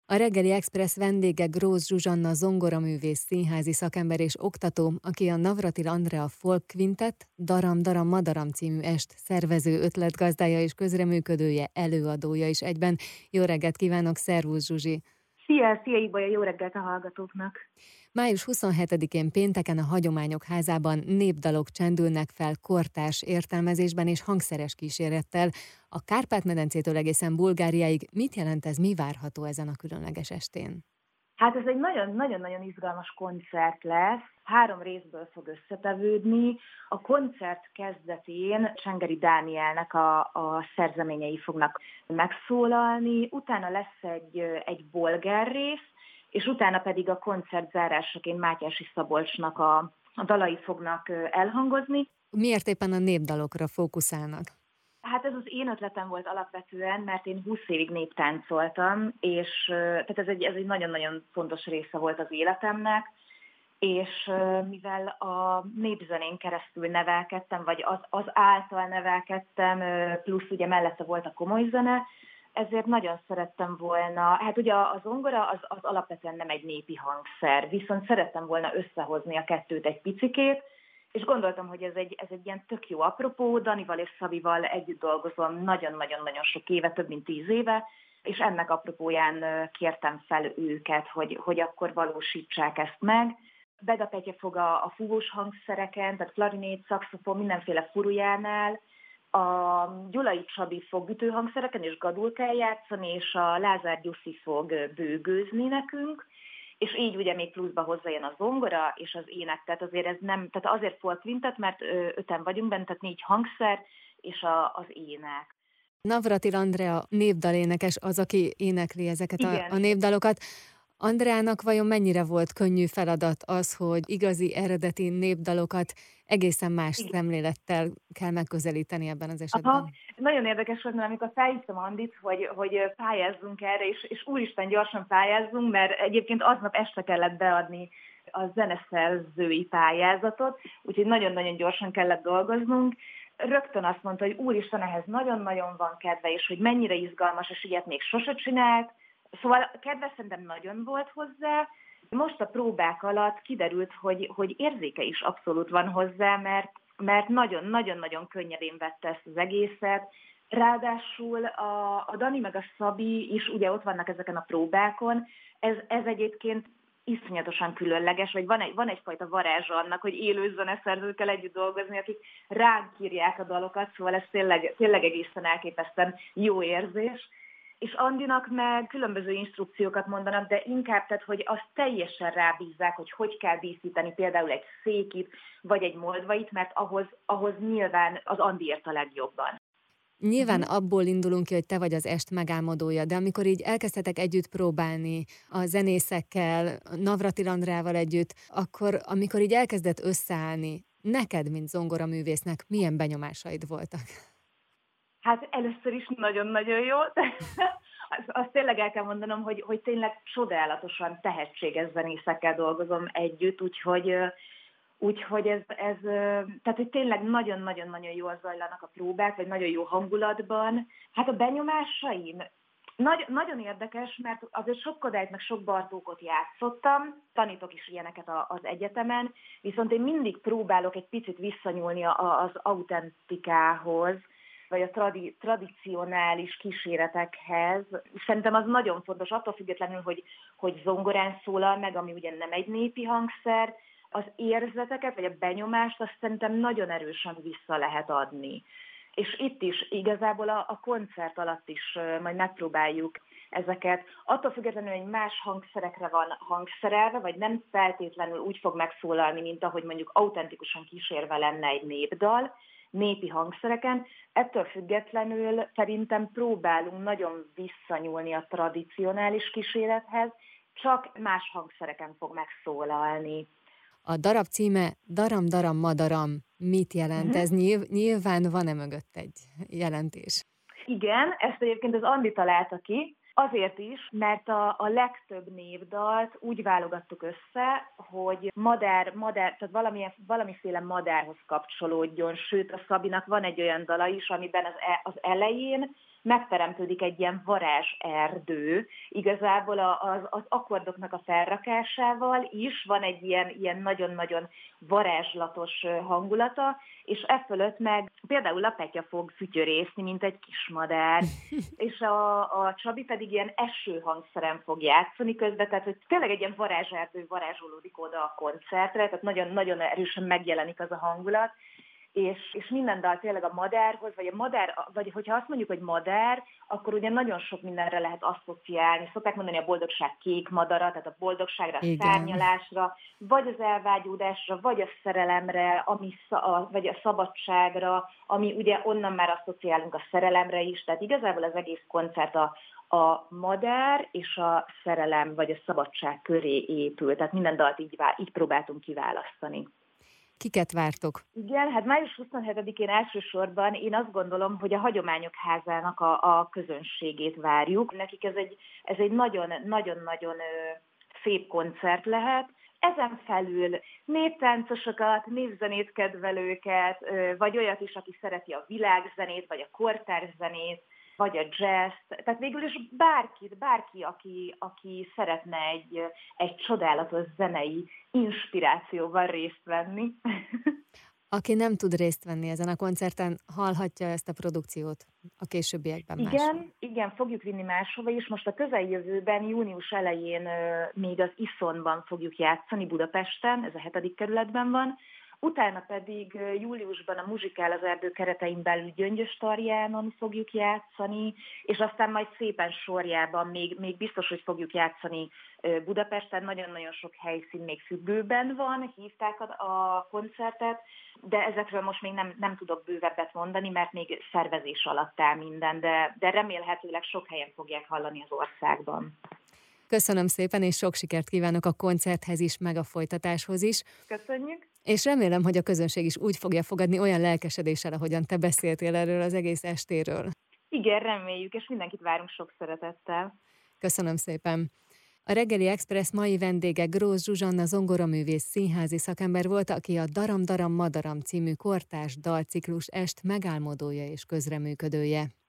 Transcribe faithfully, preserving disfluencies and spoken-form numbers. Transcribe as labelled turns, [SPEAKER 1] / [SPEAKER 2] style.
[SPEAKER 1] A Reggeli Express vendége Grósz Zsuzsanna zongoraművész, színházi szakember és oktató, aki a Navratil Andrea Folk Quintet Daram Daram Madaram című est szervező, ötletgazdája és közreműködője, előadója is egyben. Jó reggelt kívánok, szervusz Zsuzsi!
[SPEAKER 2] Szia, szia Ibolya, jó reggelt a hallgatóknak!
[SPEAKER 1] május huszonhetedikén pénteken a Hagyományok Házában népdalok csendülnek fel kortárs értelmezésben és hangszeres kísérettel. A Kárpát-medencétől egészen Bulgáriáig mit jelent ez, mi várható ezen a különleges estén?
[SPEAKER 2] Hát ez egy nagyon-nagyon izgalmas koncert lesz. Három részből fog összetevődni. A koncert kezdetén Csengeri Dánielnek a, a szerzeményei fognak megszólalni, utána lesz egy, egy bolgár rész, és utána pedig a koncert zárásaként Mátyási Szabolcsnak a, a dalai fognak elhangozni.
[SPEAKER 1] Miért éppen a népdalokra fókuszálnak?
[SPEAKER 2] Hát ez az én ötletem volt alapvetően, mert én húsz évig néptáncoltam, és tehát ez egy, ez egy nagyon-nagyon fontos része volt az életemnek, és mivel a népzenén keresztül nevelkedtem, vagy az, az által nevelkedtem, plusz ugye mellette volt a komoly zene, ezért nagyon szerettem volna, hát ugye a zongora az, az alapvetően nem egy népi hangszer, viszont szerettem volna összehozni a kettőt egy picikét, és gondoltam, hogy ez egy, ez egy ilyen tök jó apropó. Danival és Szabival együtt dolgozom nagyon-nagyon-nagyon sok éve, több mint tíz éve, és ennek apropóján kértem fel őket, hogy, hogy akkor valósítsák ezt meg. Beda Petya fog a, a fúvós hangszereken, tehát klarinét, szaxofon, mindenféle furujánál, a Gyulai Csabi fog ütőhangszereken és gadulkán játszani, és a Lázár Gyuszi fog bőgőzni nekünk, és így ugye még pluszba hozzájön a zongora és az ének, tehát azért ez nem, tehát azért folk quintet, mert öten vagyunk benne, tehát négy hangszer és a, az ének.
[SPEAKER 1] Navratil Andrea népdalénekes az, aki énekli ezeket a,
[SPEAKER 2] Igen.
[SPEAKER 1] a népdalokat. Andreának vajon mennyire volt könnyű feladat az, hogy igazi, eredeti népdalokat egészen más
[SPEAKER 2] Igen.
[SPEAKER 1] szemlélettel kell megközelíteni ebben az esetben?
[SPEAKER 2] Aha. Nagyon érdekes volt, mert amikor felhívtam Andit, hogy, hogy pályázzunk erre, és, és úristen gyorsan pályázzunk, mert egyébként aznap este kellett beadni a zeneszerzői pályázatot, úgyhogy nagyon-nagyon gyorsan kellett dolgoznunk. Rögtön azt mondta, hogy úristen, ehhez nagyon-nagyon van kedve, és hogy mennyire izgalmas, és ilyet még sose csinált. Szóval kedve szerintem nagyon volt hozzá. Most a próbák alatt kiderült, hogy, hogy érzéke is abszolút van hozzá, mert, mert nagyon-nagyon-nagyon könnyedén vette ezt az egészet. Ráadásul a, a Dani meg a Szabi is ugye ott vannak ezeken a próbákon. Ez, ez egyébként iszonyatosan különleges, vagy van, egy, van egyfajta varázsa annak, hogy élő zeneszerzőkkel együtt dolgozni, akik ránk írják a dalokat, szóval ez tényleg, tényleg egészen elképesztően jó érzés. És Andinak meg különböző instrukciókat mondanak, de inkább, tehát, hogy azt teljesen rábízzák, hogy hogy kell díszíteni például egy székit, vagy egy moldvait, mert ahhoz, ahhoz nyilván az Andi ért a legjobban.
[SPEAKER 1] Nyilván abból indulunk ki, hogy te vagy az est megálmodója, de amikor így elkezdtetek együtt próbálni a zenészekkel, Navratil Andreával együtt, akkor amikor így elkezdett összeállni, neked, mint zongoraművésznek milyen benyomásaid voltak?
[SPEAKER 2] Hát először is nagyon-nagyon jó. Azt, azt tényleg el kell mondanom, hogy, hogy tényleg csodálatosan tehetséges zenészekkel dolgozom együtt, úgyhogy, úgyhogy ez, ez, tehát hogy tényleg nagyon-nagyon-nagyon jól zajlanak a próbák, vagy nagyon jó hangulatban. Hát a benyomásaim nagy, nagyon érdekes, mert azért sok Kodályt, meg sok Bartókot játszottam, tanítok is ilyeneket az egyetemen, viszont én mindig próbálok egy picit visszanyúlni az autentikához, vagy a tradi- tradicionális kíséretekhez. Szerintem az nagyon fontos, attól függetlenül, hogy, hogy zongorán szólal meg, ami ugye nem egy népi hangszer, az érzeteket, vagy a benyomást, azt szerintem nagyon erősen vissza lehet adni. És itt is igazából a, a koncert alatt is uh, majd megpróbáljuk ezeket. Attól függetlenül, hogy más hangszerekre van hangszerelve, vagy nem feltétlenül úgy fog megszólalni, mint ahogy mondjuk autentikusan kísérve lenne egy népdal, népi hangszereken. Ettől függetlenül szerintem próbálunk nagyon visszanyúlni a tradicionális kísérethez, csak más hangszereken fog megszólalni.
[SPEAKER 1] A darab címe Daram Daram Madaram. Mit jelent
[SPEAKER 2] Uh-huh.
[SPEAKER 1] ez? Nyilv- nyilván van-e mögött egy jelentés?
[SPEAKER 2] Igen, ezt egyébként az Andi találta ki, azért is, mert a, a legtöbb névdalt úgy válogattuk össze, hogy madár, madár, tehát valamilyen, valamiféle madárhoz kapcsolódjon, sőt a Szabinak van egy olyan dala is, amiben az, e, az elején megteremtődik egy ilyen varázserdő. Igazából az, az akkordoknak a felrakásával is van egy ilyen, ilyen nagyon-nagyon varázslatos hangulata, és e fölött meg például a Petya fog fütyörészni, mint egy kismadár, és a, a Csabi pedig ilyen esőhangszeren fog játszani közben, tehát hogy tényleg egy ilyen varázserdő varázsolódik oda a koncertre, tehát nagyon-nagyon erősen megjelenik az a hangulat, és, és minden dal tényleg a madárhoz, vagy a madár, vagy hogyha azt mondjuk, hogy madár, akkor ugye nagyon sok mindenre lehet asszociálni. Szokták mondani a boldogság kék madara, tehát a boldogságra, a szárnyalásra, vagy az elvágyódásra, vagy a szerelemre, ami, a, vagy a szabadságra, ami ugye onnan már asszociálunk a szerelemre is. Tehát igazából az egész koncert a, a madár és a szerelem, vagy a szabadság köré épül. Tehát minden dalt így, így próbáltunk kiválasztani.
[SPEAKER 1] Kiket vártok?
[SPEAKER 2] Igen, hát május huszonhetedikén elsősorban én azt gondolom, hogy a Hagyományok Házának a, a közönségét várjuk. Nekik ez egy, ez egy nagyon-nagyon szép koncert lehet. Ezen felül néptáncosokat, népzenét kedvelőket, vagy olyat is, aki szereti a világzenét, vagy a kortárszenét, vagy a jazz, tehát végül is bárkit, bárki, aki, aki szeretne egy, egy csodálatos zenei inspirációval részt venni.
[SPEAKER 1] Aki nem tud részt venni ezen a koncerten, hallhatja ezt a produkciót a későbbiekben máshol.
[SPEAKER 2] Igen, igen, fogjuk vinni máshova is. Most a közeljövőben, június elején még az Iszonban fogjuk játszani Budapesten, ez a hetedik kerületben van. Utána pedig júliusban a Muzsikál az erdő keretein belül Gyöngyös-Tarjánon fogjuk játszani, és aztán majd szépen sorjában még, még biztos, hogy fogjuk játszani Budapesten. Nagyon-nagyon sok helyszín még függőben van, hívták a, a koncertet, de ezekről most még nem, nem tudok bővebbet mondani, mert még szervezés alatt áll minden, de, de remélhetőleg sok helyen fogják hallani az országban.
[SPEAKER 1] Köszönöm szépen, és sok sikert kívánok a koncerthez is, meg a folytatáshoz is.
[SPEAKER 2] Köszönjük.
[SPEAKER 1] És remélem, hogy a közönség is úgy fogja fogadni olyan lelkesedéssel, ahogyan te beszéltél erről az egész estéről.
[SPEAKER 2] Igen, reméljük, és mindenkit várunk sok szeretettel.
[SPEAKER 1] Köszönöm szépen. A Reggeli Express mai vendége Grósz Zsuzsanna zongoraművész színházi szakember volt, aki a Daram Daram Madaram című kortárs dalciklus est megálmodója és közreműködője.